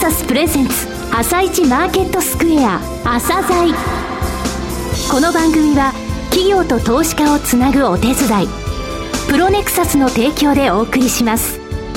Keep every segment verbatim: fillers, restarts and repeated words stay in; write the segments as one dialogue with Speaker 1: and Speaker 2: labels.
Speaker 1: サスプレゼンツ朝一マーケットスクエア朝鮮。この番組は企業と投資家をつなぐお手伝い、プロネクサスの提供でお送りします。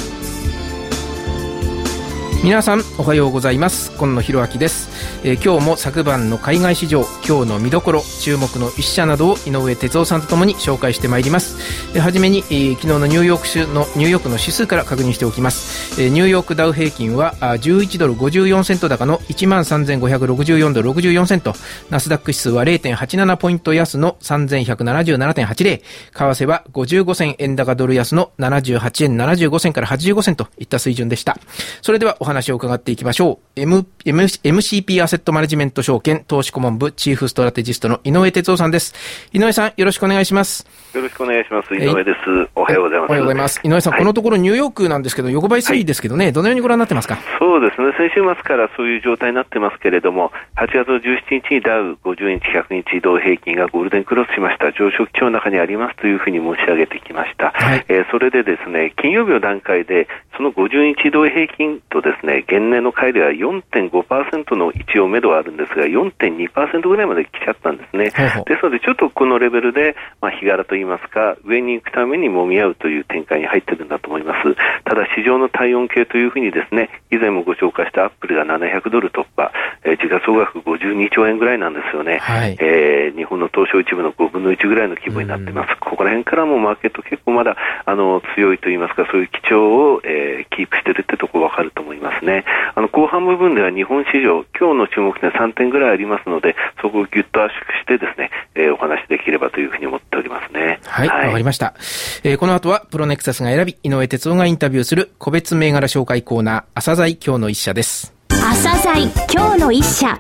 Speaker 2: 皆さんおはようございます。今野博明です。えー、今日も昨晩の海外市場、今日の見どころ、注目の一社などを井上哲夫さんとともに紹介してまいります。えー、はじめに、えー、昨日のニューヨーク州のニューヨークの指数から確認しておきます。えー、ニューヨークダウ平均はあじゅういちドルごじゅうよんセント高の いちまんさんぜんごひゃくろくじゅうよんドルろくじゅうよんセント、ナスダック指数は れいてんはちなな ポイント安の さんぜんひゃくななじゅうななてんはちぜろ、為替はごじゅうごせん円高ドル安のななじゅうはちえんななじゅうご銭からはちじゅうご銭といった水準でした。それではお話を伺っていきましょう。M、M、エムシーピー アセットマネジメント証券投資顧問部チーフストラテジストの井上哲夫さんです。井上さん、よろしくお願いします。
Speaker 3: よろしくお願いします。井上です。おはようございます。
Speaker 2: おはようございます。井上さん、はい、このところニューヨークなんですけど、横ばい推移ですけどね、はい、どのようにご覧になってますか？
Speaker 3: そうですね、先週末からそういう状態になってますけれども、はちがつのじゅうしちにちにダウごじゅうにちひゃくにち移動平均がゴールデンクロスしました。上昇基調の中にありますというふうに申し上げてきました。はい、えー、それでですね、金曜日の段階でそのごじゅうにち移動平均とですね、現年の乖離は よんてんごパーセント の一応目処はあるんですが よんてんにパーセント ぐらいまで来ちゃったんですね。ほうほう。ですのでちょっとこのレベルで、まあ、日柄といいますか上に行くために揉み合うという展開に入っているんだと思います。ただ市場の体温計というふうにですね、以前もご紹介したアップルがななひゃくドル突破、えー、時価総額ごじゅうにちょうえんぐらいなんですよね。はい、えー、日本の東証一部のごぶんのいちぐらいの規模になっています。ここら辺からもマーケット結構まだあの強いといいますか、そういう基調を、えー、キープしているってところわかると思いますね。あの後半部分では日本市場、今日の注目点さんてんぐらいありますので、そこをギュッと圧縮してですね、えー、お話できればというふうに思っておりますね。
Speaker 2: はい、わ、はい、かりました。えー、この後はプロネクサスが選び、井上哲夫がインタビューする個別銘柄紹介コーナー、朝鮮今日の一社です。
Speaker 1: 朝鮮今日の一社。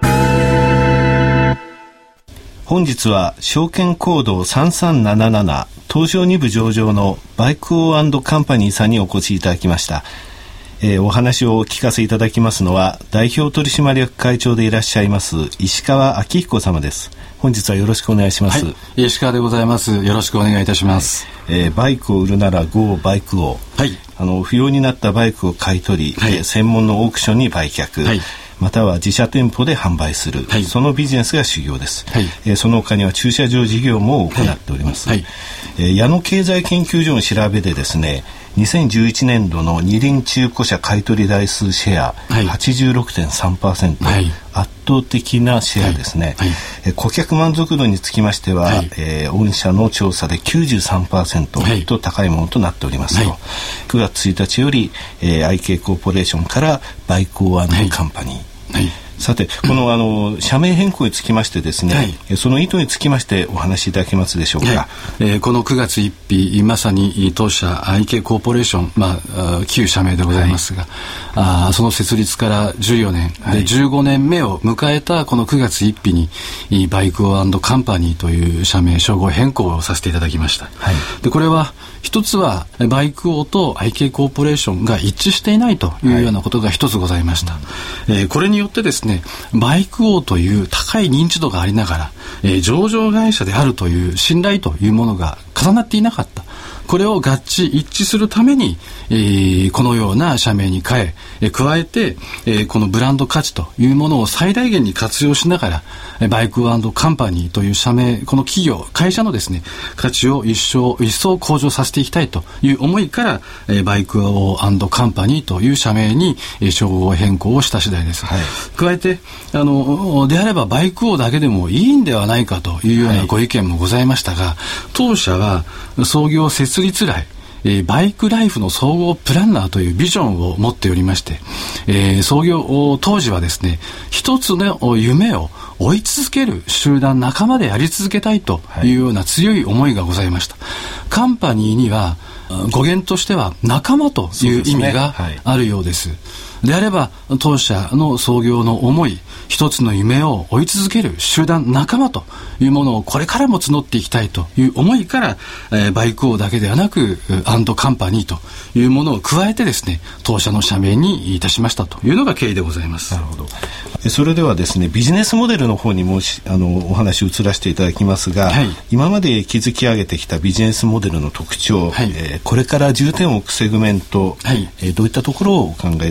Speaker 4: 本日は証券コードさんさんなななな東証に部上場のバイクオー&カンパニーさんにお越しいただきました。えー、お話をお聞かせいただきますのは代表取締役会長でいらっしゃいます石川明彦様です。本日はよろしくお願いします。
Speaker 5: はい、石川でございます。よろしくお願いいたします。
Speaker 4: はい、えー、バイクを売るなら ゴー バイク王、はい、あの不要になったバイクを買い取り、はい、えー、専門のオークションに売却、はい、または自社店舗で販売する、はい、そのビジネスが主業です。はい、えー、その他には駐車場事業も行っております。はいはい、えー、矢野経済研究所の調べでですね、にせんじゅういちねんどの二輪中古車買取台数シェア、はい、はちじゅうろくてんさんパーセント、はい、圧倒的なシェアですね。はいはい、え顧客満足度につきましては、はい、えー、御社の調査で きゅうじゅうさんパーセント と高いものとなっておりますと。はい、くがつついたちより、えー、アイケー コーポレーションからバイクオー&カンパニー、はいはい、さてこの、あの社名変更につきましてですね、はい、その意図につきましてお話しいただけますでしょうか。はい、
Speaker 5: えー、このくがつついたちまさに当社 アイケー コーポレーション、まあ、旧社名でございますが、はい、あその設立からじゅうよねん、はい、でじゅうごねんめを迎えたこのくがつついたちにバイクオー&カンパニーという社名称号変更をさせていただきました。はい、でこれは一つはバイクオーと アイケー コーポレーションが一致していないというようなことが一つございました。はい、えー、これによってですね、バイクオーという高い認知度がありながら、えー、上場会社であるという信頼というものが重なっていなかった。これを合致一致するために、えー、このような社名に変え、えー、加えて、えー、このブランド価値というものを最大限に活用しながら、えー、バイクオー&カンパニーという社名、この企業会社のですね価値を一層一層向上させていきたいという思いから、えー、バイクオー&カンパニーという社名に、えー、称号変更をした次第です。はい、加えてあのであればバイクオーだけでもいいんではないかというようなご意見もございましたが、はい、当社は創業設立来、えー、バイクライフの総合プランナーというビジョンを持っておりまして、えー、創業当時はですね、一つの夢を追い続ける集団仲間でやり続けたいというような強い思いがございました。はい、カンパニーには語源としては仲間という意味があるようです。であれば当社の創業の思い、一つの夢を追い続ける集団仲間というものをこれからも募っていきたいという思いから、えー、バイクオーだけではなくアンドカンパニーというものを加えてですね、当社の社名にいたしましたというのが経緯でございます。
Speaker 4: なるほど。それではですね、ビジネスモデルの方にもしあのお話を移らせていただきますが、はい、今まで築き上げてきたビジネスモデルの特徴、はい、えー、これから重点を置くセグメント、はい、えー、どういったところをお考えでしょうか。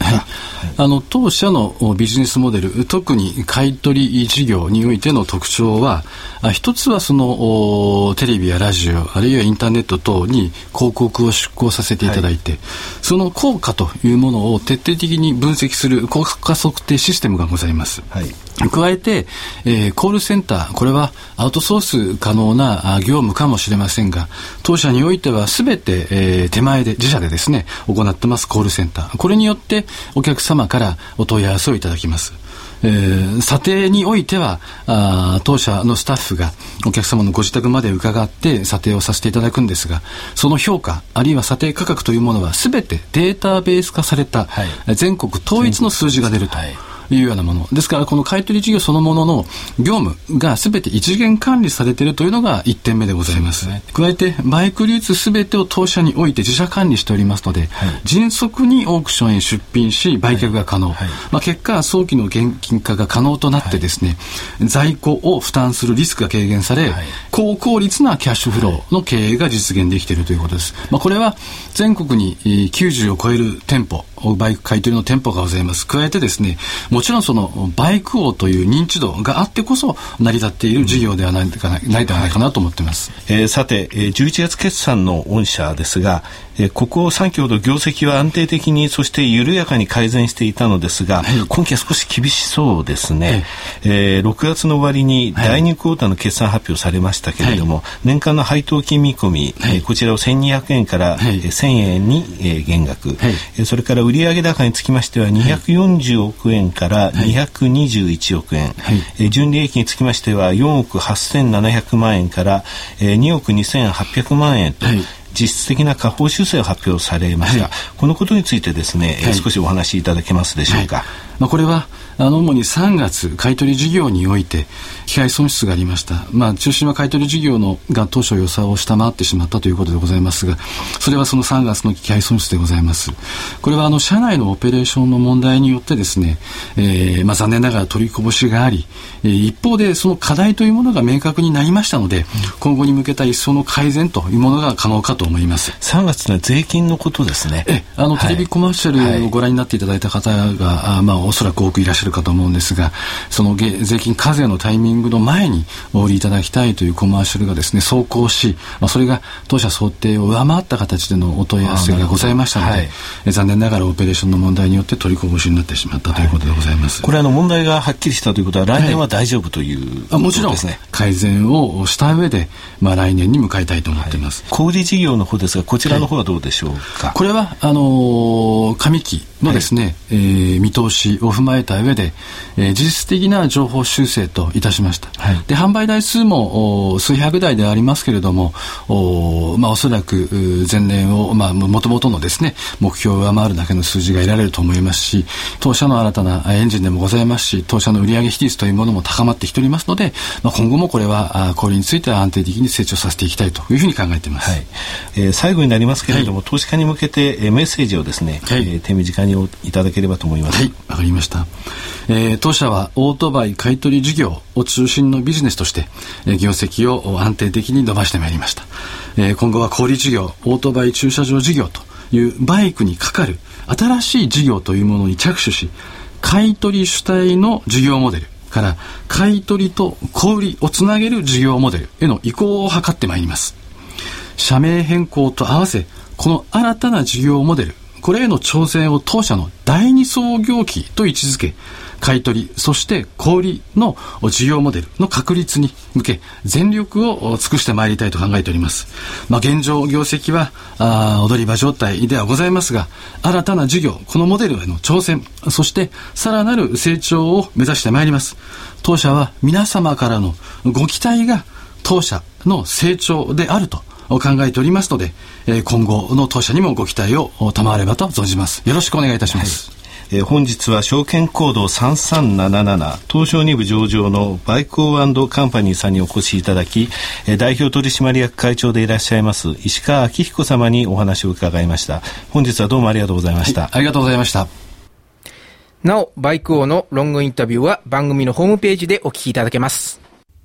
Speaker 4: か。はい、
Speaker 5: あの当社のビジネスモデル、特に買い取り事業においての特徴は、一つはそのテレビやラジオあるいはインターネット等に広告を出稿させていただいて、はい、その効果というものを徹底的に分析する効果測定システムがございます。はい、加えて、えー、コールセンター、これはアウトソース可能な業務かもしれませんが、当社においては全て、えー、手前で自社でですね行ってますコールセンター、これによってお客様からお問い合わせをいただきます。えー、査定においてはあ当社のスタッフがお客様のご自宅まで伺って査定をさせていただくんですが、その評価あるいは査定価格というものは全てデータベース化された、はい、全国統一の数字が出ると、はい、いうようなものですから、この買い取り事業そのものの業務が全て一元管理されているというのがいってんめでございます。ね、加えてバイク流通全てを当社において自社管理しておりますので、はい、迅速にオークションへ出品し売却が可能、はいはい、まあ、結果早期の現金化が可能となってですね、はい、在庫を負担するリスクが軽減され、はい、高効率なキャッシュフローの経営が実現できているということです。まあ、これは全国にきゅうじゅうを超える店舗、バイク買い取りの店舗がございます。加えてですね、もちろんそのバイク王という認知度があってこそ成り立っている事業ではないかな、ないではないかなと思っています。
Speaker 4: えー、さて、じゅういちがつ決算の御社ですが、えー、ここさんきほど業績は安定的にそして緩やかに改善していたのですが、はい、今期は少し厳しそうですね。はい、えー、ろくがつの終わりにだいにクォーターの決算発表されましたけれども、はい、年間の配当金見込み、はい、えー、こちらをせんにひゃくえんから、はい、せんえんに、えー、減額、はい、えー、それから売上高につきましてはにひゃくよんじゅうおくえんからにひゃくにじゅういちおくえん、はい、えー、純利益につきましてはよんおくはっせんななひゃくまんえんから、えー、におくにせんはっぴゃくまんえんと、はい、実質的な下方修正を発表されました。はい、このことについてですね、はい、少しお話しいただけますでしょうか。はい、
Speaker 5: まあ、これはあの主にさんがつ買取事業において機械損失がありました。まあ、中心は買取事業のが当初予算を下回ってしまったということでございますが、それはそのさんがつの機械損失でございます。これはあの社内のオペレーションの問題によってですね、えーまあ、残念ながら取りこぼしがあり、えー、一方でその課題というものが明確になりましたので、うん、今後に向けた一層の改善というものが可能かと思います。
Speaker 4: さんがつの税金のことですね。
Speaker 5: えあの、はい、テレビコマーシャルをご覧になっていただいた方が、あまあ、おそらく多くいらっしゃるかと思うんですが、その税金課税のタイミングの前にお売りいただきたいというコマーシャルがですね走行し、まあ、それが当社想定を上回った形でのお問い合わせがございましたので、はい、え残念ながらオペレーションの問題によって取りこぼしになってしまったということでございます。
Speaker 4: はい、これあの問題がはっきりしたということは来年は大丈夫という、はい、
Speaker 5: あもちろんですね、改善をした上で、まあ、来年に向かいたいと思っています。
Speaker 4: はい、小売事業の方ですが、こちらの方はどうでしょうか。はい、
Speaker 5: これはあのー、上期のですね、はい、えー、見通しを踏まえた上で、えー、実質的な情報修正といたしました。はい、で販売台数も数百台でありますけれども、お,、まあ、おそらく前年を、まあ、元々のですね目標を上回るだけの数字が得られると思いますし、当社の新たなエンジンでもございますし、当社の売上比率というものも高まってきておりますので、まあ、今後もこれはこれについては安定的に成長させていきたいというふうに考えています。
Speaker 4: はい、えー、最後になりますけれども、はい、投資家に向けて、えー、メッセージをですね、はい、えー、手短にいただければと思います。
Speaker 5: はい、わかりました。えー、当社はオートバイ買取事業を中心のビジネスとして、えー、業績を安定的に伸ばしてまいりました。えー、今後は小売事業、オートバイ駐車場事業というバイクにかかる新しい事業というものに着手し、買取主体の事業モデルから買取と小売をつなげる事業モデルへの移行を図ってまいります。社名変更と合わせ、この新たな事業モデル、これへの挑戦を当社の第二創業期と位置づけ、買取そして小売の事業モデルの確立に向け全力を尽くしてまいりたいと考えております。まあ、現状業績はあ踊り場状態ではございますが、新たな事業、このモデルへの挑戦、そしてさらなる成長を目指してまいります。当社は皆様からのご期待が当社の成長であると考えておりますので、今後の当社にもご期待を賜ればと存じます。よろしくお願いいたします。
Speaker 4: はい、えー、本日は証券コードさんさんなななな東証に部上場のバイクオー&カンパニーさんにお越しいただき、えー、代表取締役会長でいらっしゃいます石川明彦様にお話を伺いました。本日はどうもありがとうございました。はい、
Speaker 5: ありがとうございました。
Speaker 2: なおバイク王のロングインタビューは番組のホームページでお聞きいただけます。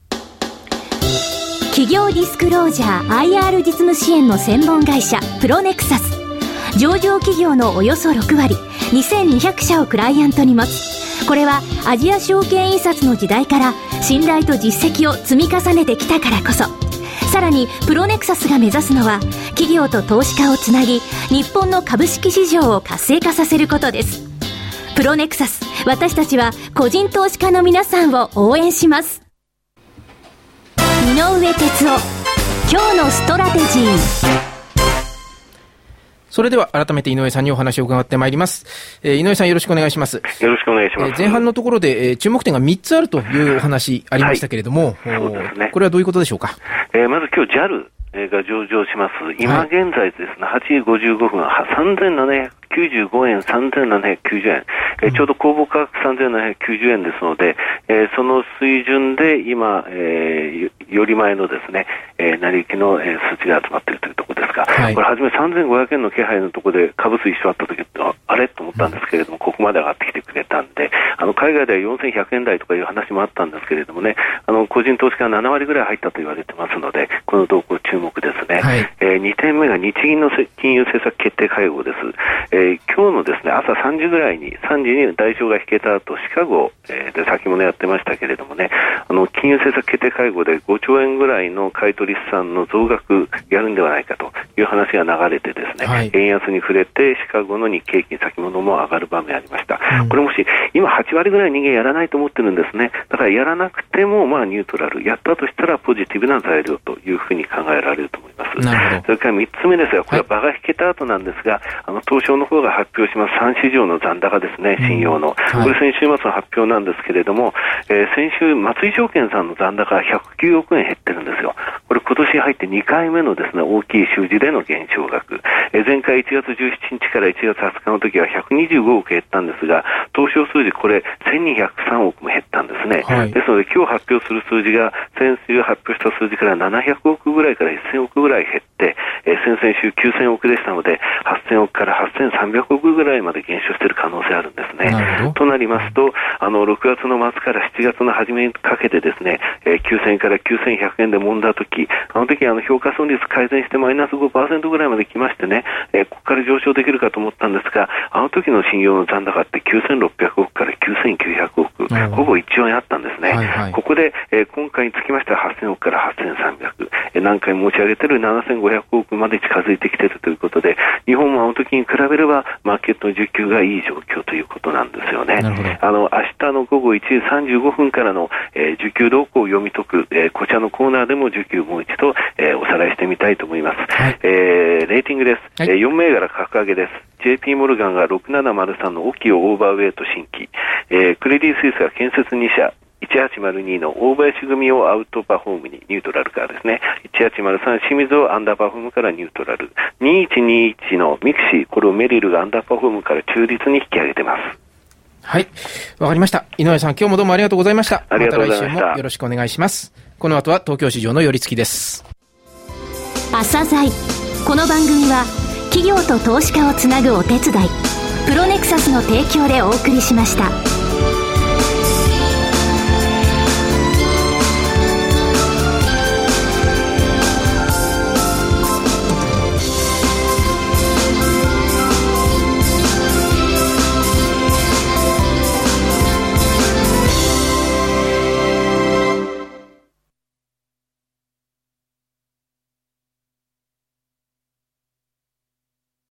Speaker 1: 企業ディスクロージャー アイアール 実務支援の専門会社プロネクサス、上場企業のおよそろくわり、 にせんにひゃくしゃをクライアントに持つ。これはアジア証券印刷の時代から信頼と実績を積み重ねてきたからこそ。さらにプロネクサスが目指すのは企業と投資家をつなぎ、日本の株式市場を活性化させることです。プロネクサス、私たちは個人投資家の皆さんを応援します。井上哲夫、今日のストラテジー。
Speaker 2: それでは改めて井上さんにお話を伺ってまいります。えー、井上さんよろしくお願いします。
Speaker 3: よろしくお願いします。
Speaker 2: えー、前半のところで、えー、注目点がみっつあるというお話ありましたけれども、
Speaker 3: はい、そうですね。
Speaker 2: これはどういうことでしょうか。
Speaker 3: えー、まず今日 ジャルが上場します。今現在ですね、はちじごじゅうごふんはさんぜんななひゃくきゅうじゅうごえん、さんぜんななひゃくきゅうじゅうえん、えー、ちょうど公募価格さんぜんななひゃくきゅうじゅうえんですので、えー、その水準で今、えー、より前のですね、えー、成り行きの、えー、数値が集まっているというところですが、はい、これ初めさんぜんごひゃくえんの気配のところで株数一緒あった時あ、あれと思ったんですけれども、ここまで上がってきてくれたんで、あの海外ではよんせんひゃくえん台とかいう話もあったんですけれどもね、あの個人投資家がななわりぐらい入ったと言われてますので、この動向注目ですね。はい、えー、にてんめが日銀の金融政策決定会合です。えー、今日のですね朝さんじぐらいにさんじに代表が引けた後シカゴ、えー、で先物やってましたけれどもね、あの金融政策決定会合でごちょうえんぐらいの買取資産の増額やるんではないかという話が流れてですね、はい、円安に触れてシカゴの日経金先物も上がる場面ありました。うん、これもし今はちわりぐらい人間やらないと思ってるんですね。だからやらなくてもまあニュートラル、やったとしたらポジティブな材料というふうに考えられると思います。なるほど。それからみっつめですが、これは場が引けた後なんですが、はい、あの東証の方が発表しますさん市場の残高ですね、信用の、うん、はい、これ先週末の発表なんですけれども、えー、先週松井証券さんの残高がひゃくきゅうおくえん減ってるんですよ。これ今年入ってにかいめのですね大きい数字での減少額、えー、前回いちがつじゅうしちにちからいちがつはつかの時はひゃくにじゅうごおく減ったんですが、東証数字これせんにひゃくさんおくも減ったんですね。はい、ですので今日発表する数字が先週発表した数字からななひゃくおくぐらいからせんおくぐらい減って、えー、先々週きゅうせんおくでしたのではっせんおくからはっせんさんびゃくおくぐらいまで減少している可能性あるんですね。なとなりますと、あのろくがつの末からしちがつの初めにかけてですね、えー、きゅうせんえんからきゅうせんひゃくえんで揉んだ時、あの時あの評価損率改善してマイナス ごパーセント ぐらいまで来ましてね、えー、ここから上昇できるかと思ったんですが、あの時の信用の残高ってきゅうせんろっぴゃくおくからきゅうせんきゅうひゃくおく、ほぼいっちょうえんあったんですね。はいはい、ここで、えー、今回につきましてははっせんおくからはっせんさんびゃく、えー、何回申し上げているななせんごひゃくおくまで近づいてきているということで、日本もあの時に比べればマーケットの需給がいい状況ということなんですよね。あの明日の午後いちじさんじゅうごふんからの、えー、需給動向を読み解く、えー、こちらのコーナーでも需給もう一度、えー、おさらいしてみたいと思います。はい、えー、レーティングです。はい、えー、よん銘柄格上げです。ジェーピー モルガンがろくななまるさんのオキオオーバーウェイト新規、えー、クレディ・スイスが建設に社いちはちまるにの大林組をアウトパフォームにニュートラルからですね、いちはちまるさん清水をアンダーパフォームからニュートラル、にいちにいちのミクシー、これをメリルがアンダーパフォームから中立に引き上げてます。
Speaker 2: はい、わかりました。井上さん、今日もどうもありがとうございました。
Speaker 3: ありがとうございました。
Speaker 2: また来週もよろしくお願いします。この後は東京市場の寄り付きです。
Speaker 1: 朝鮮、この番組は企業と投資家をつなぐお手伝い、プロネクサスの提供でお送りしました。